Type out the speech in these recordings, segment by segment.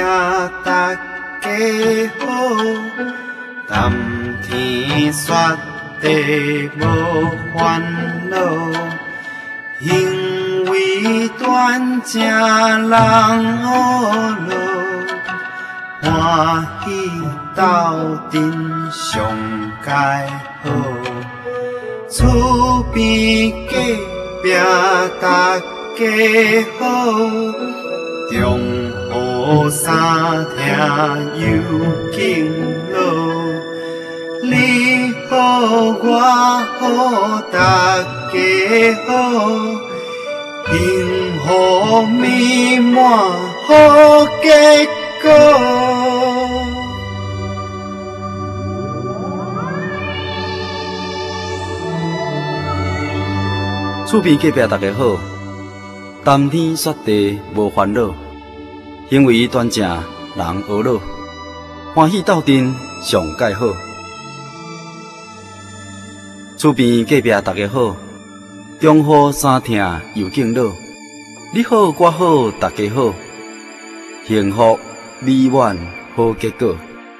大家好，谈天说地无烦恼，行为端正人学路，欢喜斗阵上佳好，厝边隔壁大家好，中好三听又敬老，你好我好大家好，幸福美满好结果。 厝边隔壁大家好，谈天说地无烦恼，行为端正人学老，欢喜斗阵上佳好。厝边隔壁大家好，中好三听又敬老，你好我好大家好，幸福美满好结果。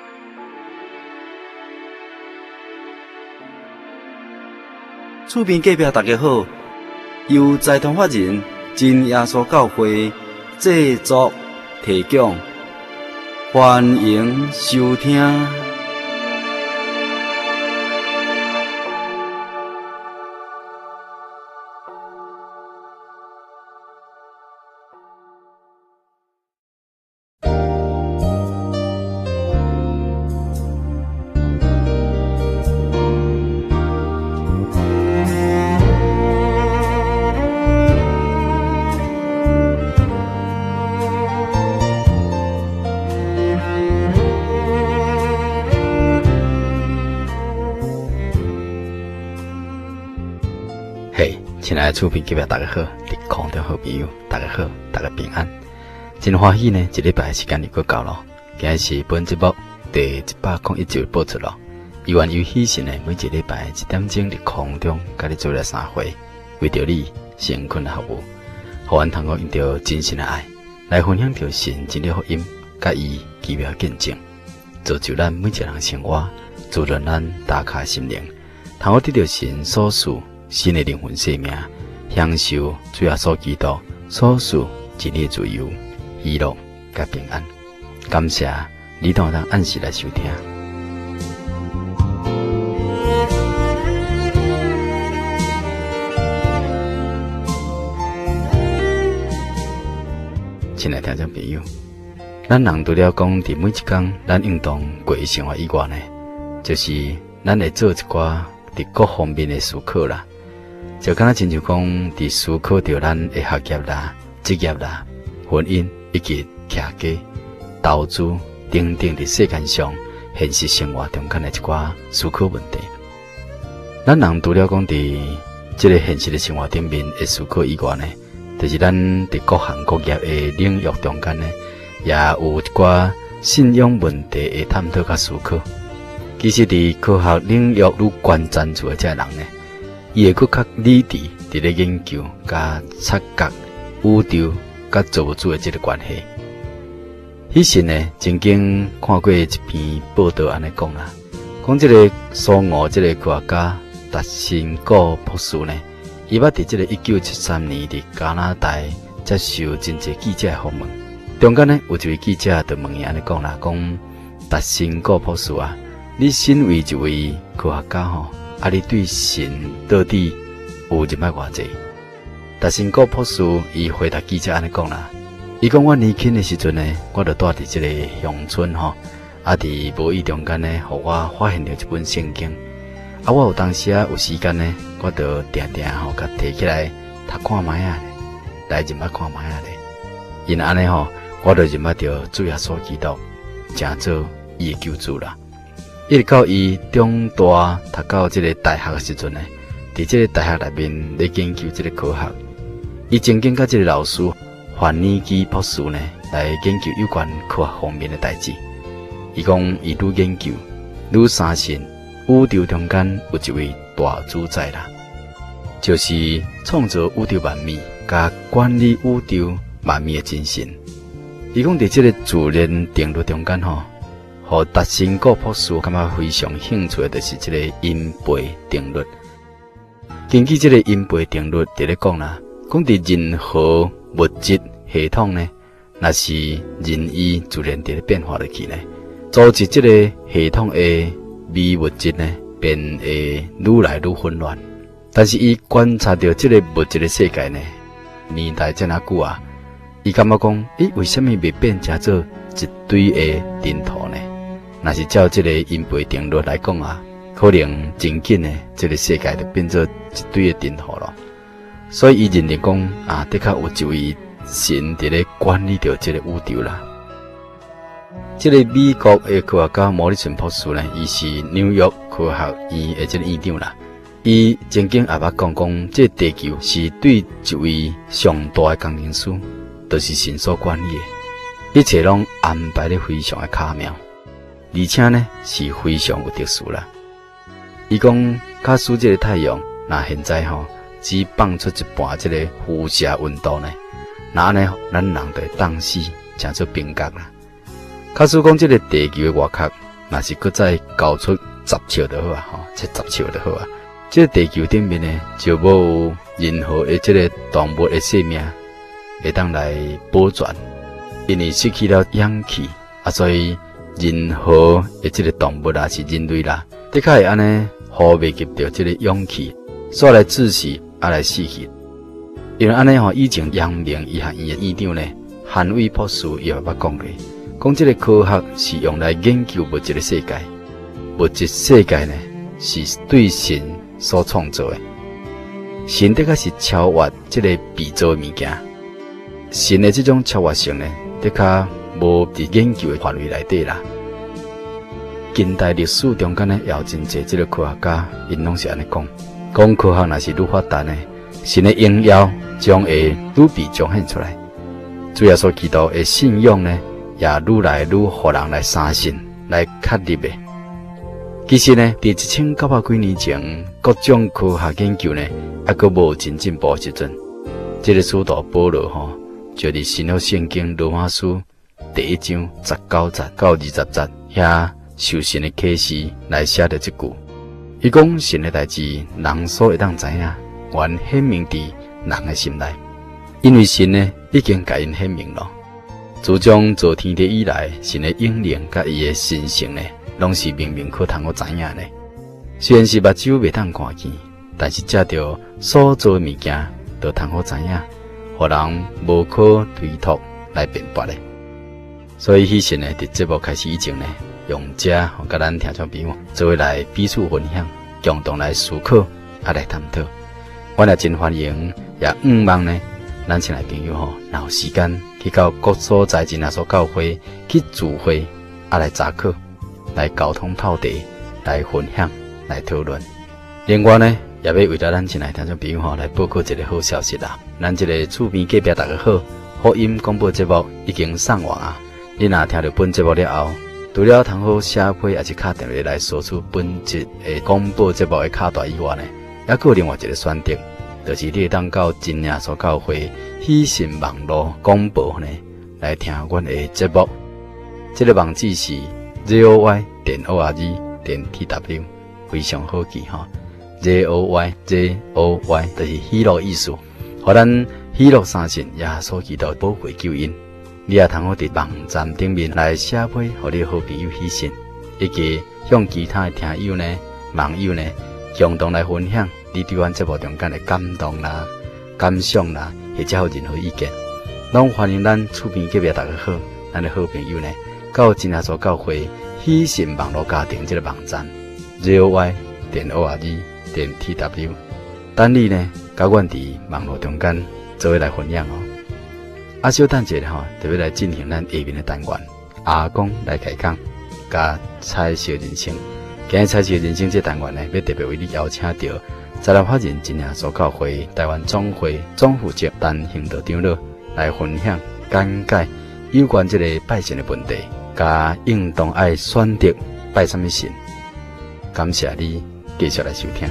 厝边隔壁大家好，由财团法人真耶稣教会制作提供，欢迎收听。亲爱的厝边隔壁大家好，伫空中好朋友大家好，大家平安，真欢喜呢！一礼拜的时间又过到咯，今日是本节目第101集播出咯。有缘有喜讯呢，每一礼拜1点钟伫空中，甲你做了3回，为着你成群的服务，互阮通过用着真心的爱来分享着神真理福音，甲伊奇妙见证，造就咱每一个人生活，滋润咱打开心灵，通过得到神所赐新的灵魂生命，享受主耶稣基督所赐真理自由、喜乐甲平安。感谢你当按时来收听。亲爱的听众朋友，咱人除了讲伫每一天咱运动过生活以外呢，就是咱会做一寡伫各方面的思考啦。就敢若亲像讲，伫思考着咱的学业啦、职业啦、婚姻以及徛家、投资等等伫世间上现实生活中间的一寡思考问题。咱人除了讲伫这个现实的生活顶面的思考以外呢，就是咱伫各行各业的领域中间呢，也有一寡信仰问题的探讨甲思考。其实伫科学领域愈关专注的这人呢，伊会搁较理智伫咧研究甲察觉宇宙甲造物主的这个关系。迄时呢，曾经看过一篇报道，安尼讲啦，讲这个苏俄这个科学家达辛果博士呢，伊捌伫这个1973年伫加拿大接受真侪记者的访问，中间呢有一位记者就问伊安尼讲啦，讲达辛果博士啊，你身为一位科学家吼。你对神到底有入爱偌济？达辛果博士伊回答记者安尼讲啦，伊讲我年轻的时阵呢，我就住伫这个乡村吼，伫无意中间呢，互我发现了一本圣经，我有当时有时间呢，我就定吼甲摕起来读看卖啊，来入爱看卖啊咧。因安尼吼，我就入爱着主耶稣基督，成做伊的救主啦。一直到伊中大读到这个大学的时阵呢，伫这个大学内面咧研究这个科学，伊曾经甲这个老师范尼基博士呢来研究有关科学方面的代志。伊讲伊愈研究愈相信宇宙中间有一位大主宰啦，就是创造宇宙万物、甲管理宇宙万物的真神。 伊讲伫即个自然定律中间吼，互达新果博士感觉非常兴趣的，就是即个因倍定律。根据即个因倍定律伫咧讲啦，讲伫任何物质系统呢，若是任意自然伫咧变化落去呢，组织即个系统的微物质呢，便会愈来愈混乱。但是伊观察到即个物质的世界呢，年代遮尔久啊，伊感觉讲，为什么未变成做一堆的阵图呢？若是照即个因倍定律来讲啊，可能真紧呢，即个世界就变做一堆的阵图咯。所以伊认为讲啊，的确有一位神伫咧管理着即个宇宙啦。即个美国的科学家莫里森博士呢，伊是纽约科学院的即个院长啦。伊曾经也捌讲，这地球是对一位上大的工程师，就是神所管理的，一切拢安排得非常的巧妙，而且呢是非常有特殊啦。伊讲，假使这个太阳，那现在只放出一半这个辐射温度呢，那呢咱人就会冻死，成做冰角啦。假使讲这个地球的外壳，若是搁再高出10尺就好啊，10尺就好啊。这个地球顶面呢，就无有任何的这个动物的生命会当来保全，因为失去了氧气啊，所以任何的这个动物啊，是人类啦，的确会安尼呼未及到这个氧气，所来窒息啊来死去。因为安尼以前阳明医学院的院长呢，韩伟博士也捌讲过，讲这个科学是用来研究物质的世界，物质世界呢是对神所创造的，神的确是超越这个被造的物件。神的这种超越性呢，的确无伫研究的范围内底啦。近代历史中间呢，也有真侪这个科学家，因拢是安尼讲，讲科学若是愈发达呢，神的荣耀将会愈被彰显出来。主耶稣基督的信仰呢，也愈来愈互人来相信，来确立的。其实呢，伫1900几年前，各种科学研究呢，还阁无真进步时阵，这个使徒保罗就伫新约圣经罗马书第1章19节到20节遐受神的启示来写着这句。伊讲神的代志，人所会当知影，原显明伫人的心内，因为神呢已经甲因显明了。自从造天地以来，神的应灵甲伊的神性呢，拢是明明可通我知影呢。虽然是目睭未当看见，但是借着所做的物件，都通好知影，互人无可推脱来辩驳的。所以迄时呢，伫节目开始以前呢，用这甲咱听众朋友做伙来彼此分享，共同来思考啊来探讨。我也真欢迎，也望呢，咱亲爱朋友若有时间去到各所在真耶稣教会去聚会啊来查考，来沟通透底，来分享，来讨论。另外呢，也要为了咱亲爱听众朋友来报告一个好消息啦。咱这个厝边隔壁大家好，福音广播节目已经上网啊！你若听到本节目了后，除了通好写批也是打电话来索取本节的广播节目的卡带以外呢，还有另外一个选择，就是你会当到真耶稣教会喜信网络广播呢来听阮的节目。这个网址是 zoy.org.tw， 非常好记zoy 就是喜乐意思，互咱喜乐相信耶稣基督宝贵救恩。你也通好伫网站顶面来写批，互你好朋友喜信，以及向其他的听友呢、网友呢，共同来分享你对阮节目中间的感动啦、感想啦，或者有任何意见，拢欢迎咱厝边隔壁大家好，咱的好朋友呢，到真耶稣教会喜信网络家庭这个网站 zoy.org.tw， 等你呢，甲阮伫网络中间做伙来分享哦。小等者就要来进行咱下面的单元，阿公来开讲，甲彩色人生。今日彩色人生这单元呢，要特别为你邀请到在来发展真耶稣教会台湾总会总负责陈行道长老来分享讲解有关这个拜神的问题，甲应当爱选择拜什么神。感谢你继续来收听。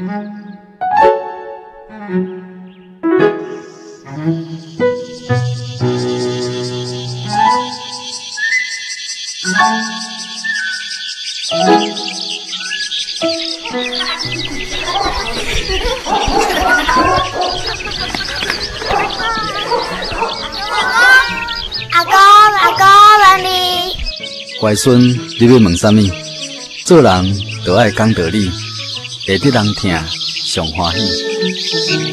阿公，问你， 外孙，你要问啥物？做人就爱讲道理，会得人听，上欢喜。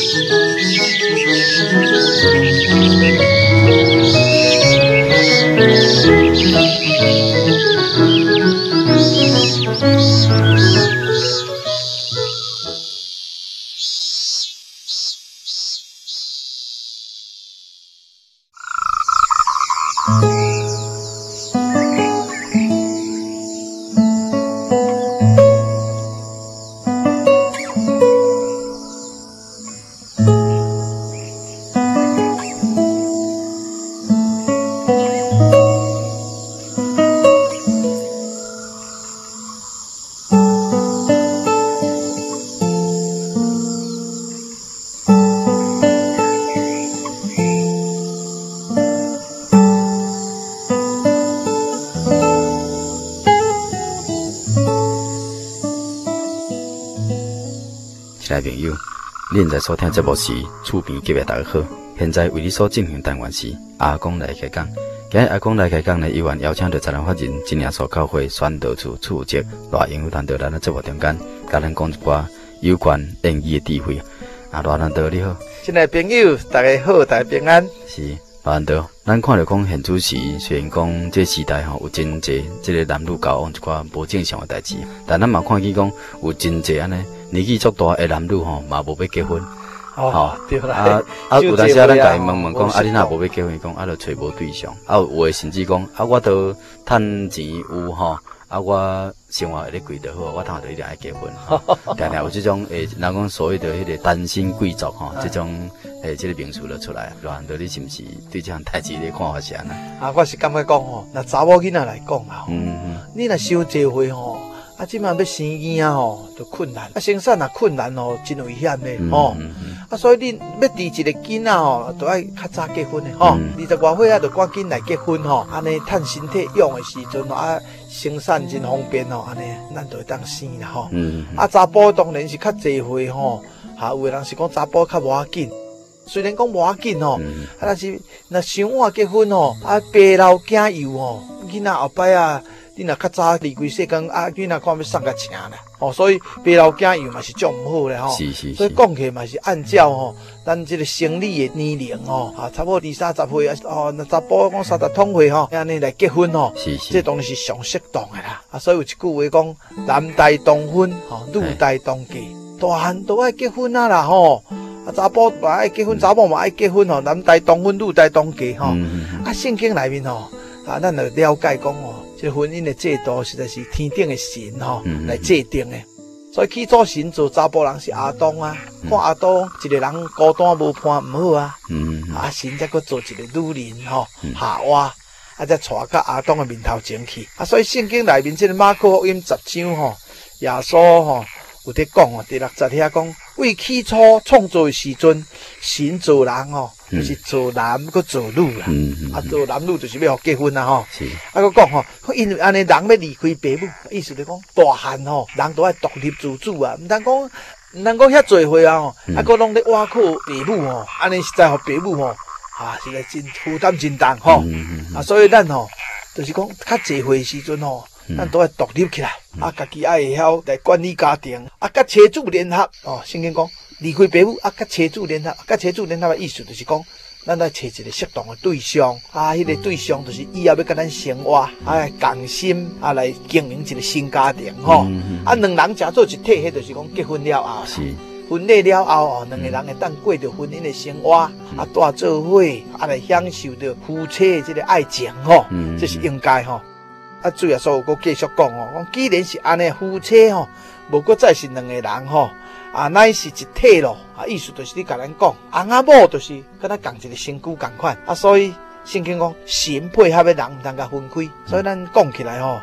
亲爱的朋友，你现在收听节目是厝边隔壁大家好。现在为你所进行单元是阿公来开讲。今日阿公来开讲呢，依然邀请到财团法人真耶稣教会宣道处处长赖英武传道来咱节目中间，甲咱讲一寡有关演艺的智慧。赖传道你好， 亲爱的朋友，大家好，大家平安。 是赖传道，咱看到讲现主时，虽然讲这时代有真济这个男女交往一寡无正常的代志，但咱嘛看见讲有真济安尼年纪足大的男女嘛无要结婚。 对啦。 有当时咱家问问讲，你若无要结婚，讲就找无对象。有诶甚至讲，我都趁钱有我生活会咧过得好，我通就一定爱结婚。定定有这种人讲所谓的迄个单身贵族这种这个名词就出来。乱道你是不是对这项代志你看法是安那？ 我是感觉讲那查某囡仔来讲啦，你若伤济岁即摆要生囝就困难，生产也困难真危险的所以你要治一个囡仔就要较早结婚的20外岁就赶紧来结婚安尼趁身体用的时阵生产真方便安尼咱就会当生啦查甫当然是较济岁有的人是讲查甫较无要紧，虽然讲无要紧但是若伤晚结婚爸老囝幼囡仔后摆你若较早离开世间囡仔看要送较请啦所以爸老囝幼嘛是足毋好咧是所以讲起嘛是按照咱这个生理的年龄差不多20-30岁那查甫讲30通岁安尼来结婚这当然是上适当的啦所以有一句话讲男大当婚女大当嫁，大汉都爱结婚啦查甫嘛爱结婚，查某嘛爱结婚男大当婚，女大当嫁圣经内面咱就了解讲这婚姻的制度实在是天顶的神来制定的。所以起初神做查甫人是亚当看亚当一个人孤单无伴唔好神才搁做一个女人夏娃才带到亚当的面头前去所以圣经内面这个马可福音10章耶稣有在讲第6节遐讲，为起初创造的时阵，神造人就是造男搁造女啦造男女就是要结婚啦搁讲因为安尼人要离开父母，意思就是讲大汉人都爱独立自主毋通讲遐侪岁搁拢咧倚靠父母安尼实在互父母实在真负担真重所以咱就是讲较侪岁时阵咱都要独立起来家己爱会晓来管理家庭甲妻子联合圣经讲离开父母甲妻子联合，甲妻子联合的意思就是讲咱要找一个适当的对象迄个对象就是以后要甲咱生活共心来经营一个新家庭两人成做一体，迄就是讲结婚了后婚礼了后两个人会当过着婚姻的生活住做伙来享受着夫妻这个爱情这是应该主耶稣佫继续讲既然是安尼夫妻无佫再是两个人乃是一体咯意思就是你甲咱讲翁仔某就是敢若共一个身躯共款所以圣经讲神配合的人毋通甲分开所以咱讲起来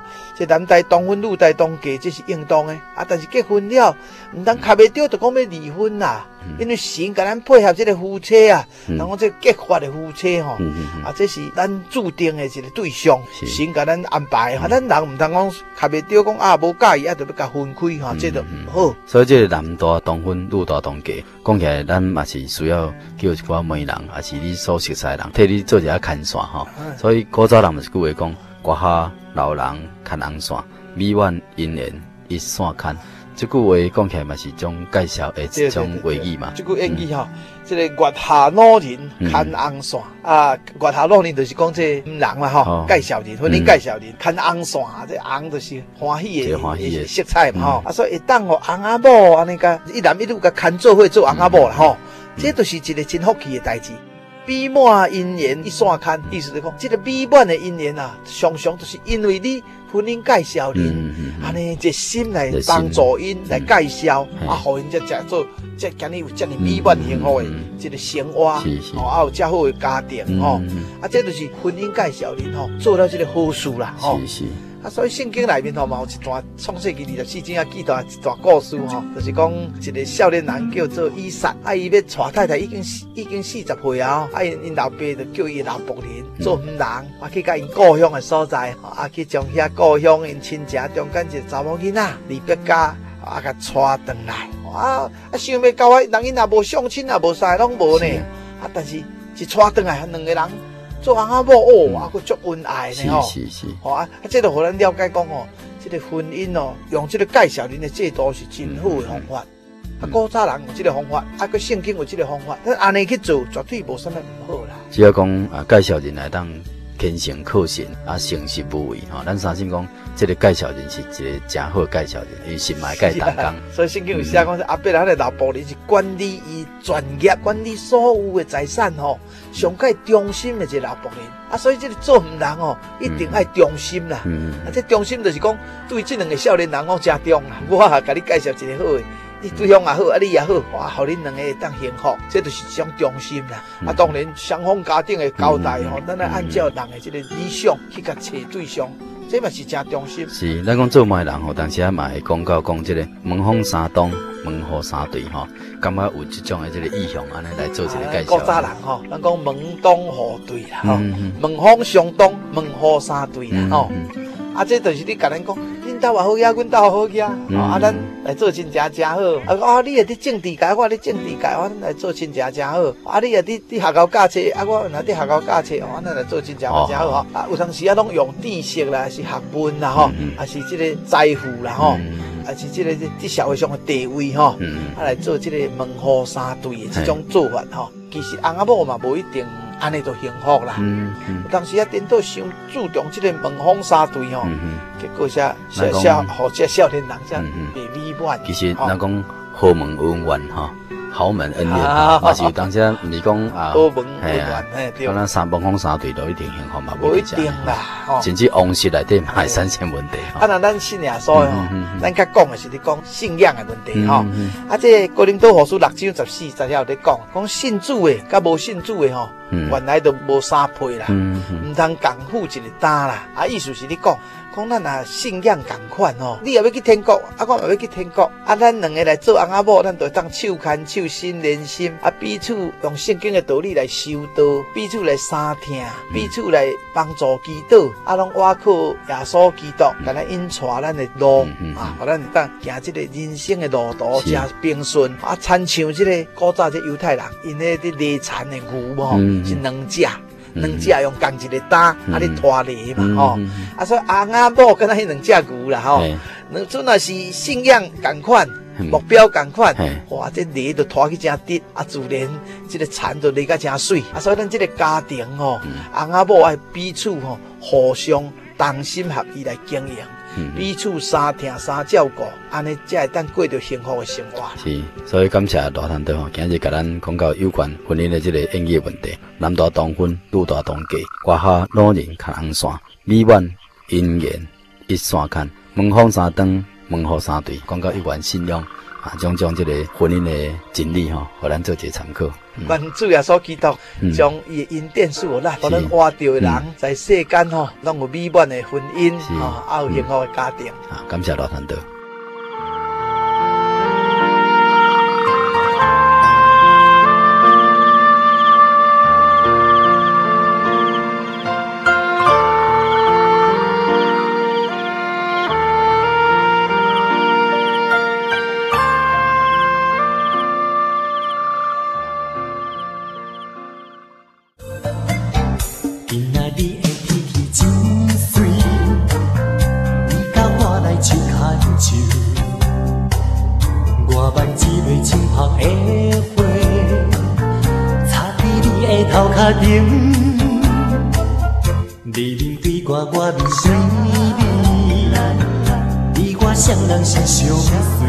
这男大当婚，女大当嫁，这是应当的啊。但是结婚了，唔通卡袂着就讲要离婚啦。因为神甲咱配合这个夫妻啊，人讲这结发的夫妻吼，啊，这是咱注定的一个对象，神甲咱安排。咱人唔通讲卡袂着讲啊，无介意啊，就要甲分开吼，这就唔好。 所以这个男大当婚，女大当嫁，讲起来咱嘛是需要叫一寡媒人，也是你所熟悉的人，替你做一下看线吼。所以古早人嘛是句话讲，歌下老人看红线，美愿姻缘一线牵。这句话讲起来嘛是一种介绍的一种话语嘛。 这句话语吼，这个月下老人看红线啊，月下老人就是讲这人嘛吼，介绍人，婚姻介绍人看红线，这红就是欢喜的色彩嘛吼。啊，所以当吼红阿某安尼个一男一女个看做伙做红阿某啦吼，这就是一个真福气的代志。美满姻缘一线牵，意思是讲，这个美满的姻缘啊，常常就是因为你婚姻介绍人，安尼一心来帮助因来介绍，啊，互因才做，才今日有这么美满幸福的这个生活，哦，啊有这好的家庭，吼，啊，这就是婚姻介绍人吼，做了这个好事啦，吼。啊，所以圣经里面吼嘛有一段创世纪24章啊记到一段故事吼，就是讲一个少年人叫做以撒，啊伊要娶太太已经40岁啊，啊因老爸就叫伊老仆人做妇人，啊去甲因故乡的所在，啊去将遐故乡因亲戚中间一个查某囡仔离别家，啊甲娶回来，啊想要到人因也无相亲也无啥拢无呢，啊但是一娶回来两个人。做翁仔某哦，啊，佫足恩爱呢吼，吼啊，这就互咱了解讲哦，这个婚姻哦，用这个介绍人的制度是真好的方法。啊，古早人有这个方法，啊，佫圣经有这个方法，咱安尼去做，绝对无啥物不好啦。 只要讲啊，介绍人来当虔诚可信，啊，诚实不伪吼，咱相信讲，这个介绍人是一个真好介绍人，因为心嘛介担当。 所以圣经有写讲，阿伯咱的老仆人是管理伊专业，管理所有的财产吼。上介忠心的一个老仆人啊，所以这个做妇人哦，一定爱忠心啦。啊，这忠心就是讲对这两个少年人讲真忠啦。我甲你介绍一个好的，你对象也好，啊你也好，哇，互恁两个会当幸福，这就是一种忠心啦。啊，当然双方家庭的交代吼，咱来按照人的这个理想去甲找对象。这嘛是真忠心。是， 咱讲做媒人吼，当时嘛会讲到讲这个门风三东，门户三对吼，感觉有这种的这个意向，安尼来做一个介绍。 古早人吼，咱讲门东户对啦，吼，门风相东，门户三对啦，吼。啊，这就是你甲咱讲，恁兜也好呀，阮兜也好呀，啊，咱来做亲戚真好。啊，你也伫政治界，我伫政治界，咱来做亲戚真好。啊，你也伫学校教册，啊，我若伫学校教册，咱来做亲戚嘛真好吼。啊，有当时啊，拢用知识啦，是学问啦，吼，啊是这个财富啦，吼，啊是这个伫社会上的地位吼，啊来做这个门户三对的这种做法吼。其实翁仔某嘛无一定。安尼就幸福啦。有当时啊，颠倒伤注重这个门风三对吼，结果互这少年人才袂美满。 其实咱讲豪门恩怨吼，豪门恩怨，嘛是有当时啊，毋是讲啊， 豪门恩怨， 对。讲咱三门风三对都一定幸福嘛， 无一定啦， 甚至王室内底嘛会产生问题。 啊，那咱信耶稣吼，咱较讲的是咧讲信仰的问题吼。啊，这哥林多后书6章14节有咧讲信主的甲无信主的吼。原来都无相配啦，唔通共负一个担啦。啊，意思是你讲咱啊信仰共款吼，你也要去天国，啊，我也要去天国，啊，咱两个来做翁仔某，咱就当手牵手心连心，啊，彼此用圣经的道理来修道，彼此来相听，彼此来帮助祈祷，啊，拢倚靠耶稣基督，甲咱引带咱的路，啊，互咱当行这个人生的路途真平顺，啊，亲像这个古早这犹太人，因那啲犁田的牛吼。是两只用共一个担，啊，你拖犁嘛，吼，啊，所以翁仔某跟咱迄两只牛啦，吼，阵若是信仰共款，目标共款，哇，这犁就拖去真直，啊，自然这个田就犁甲真水，啊，所以咱这个家庭吼，翁仔某爱彼此吼互相同心合意来经营。彼此相听相照顾，安尼才会当过着幸福的生活。 是，所以感谢大团队吼，今日甲咱讲到有关婚姻的这个演绎问题，男大当婚，女大当嫁，外下老人看红线，美满姻缘一线牵，门风三灯，门户三对，讲到有关信仰， 将这个婚姻的真理互咱做一个参考。 愿主耶稣基督将伊的恩典赐予咱，互咱活着的人在世间拢有美满的婚姻，也有幸福的家庭。 感谢老传道。 你面对我，我面对你，你我双人是相随，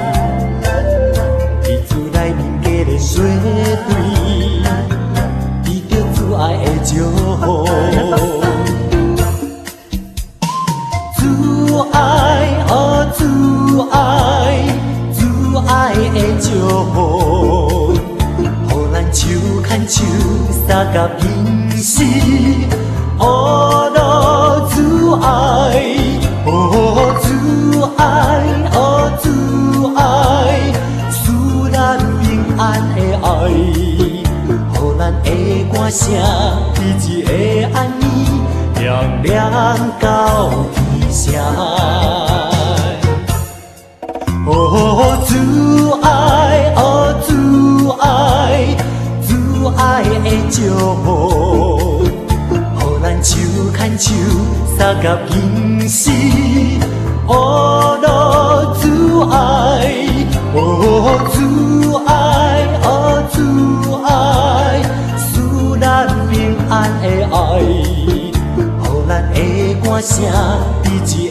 彼此内面结连做对，遇到主爱的祝福，主爱哦主爱，主爱的祝福，予咱手牵手相甲平时。哦，罗主爱，哦主爱，哦主爱，赐咱平安的爱，予咱的歌声彼此的安妮，亮亮到天上。哦主爱，哦主爱，主爱的祝福。手牵手，相甲平时，哦，罗主爱，哦，主爱，哦，主爱，赐咱平安的爱，予咱的歌声彼此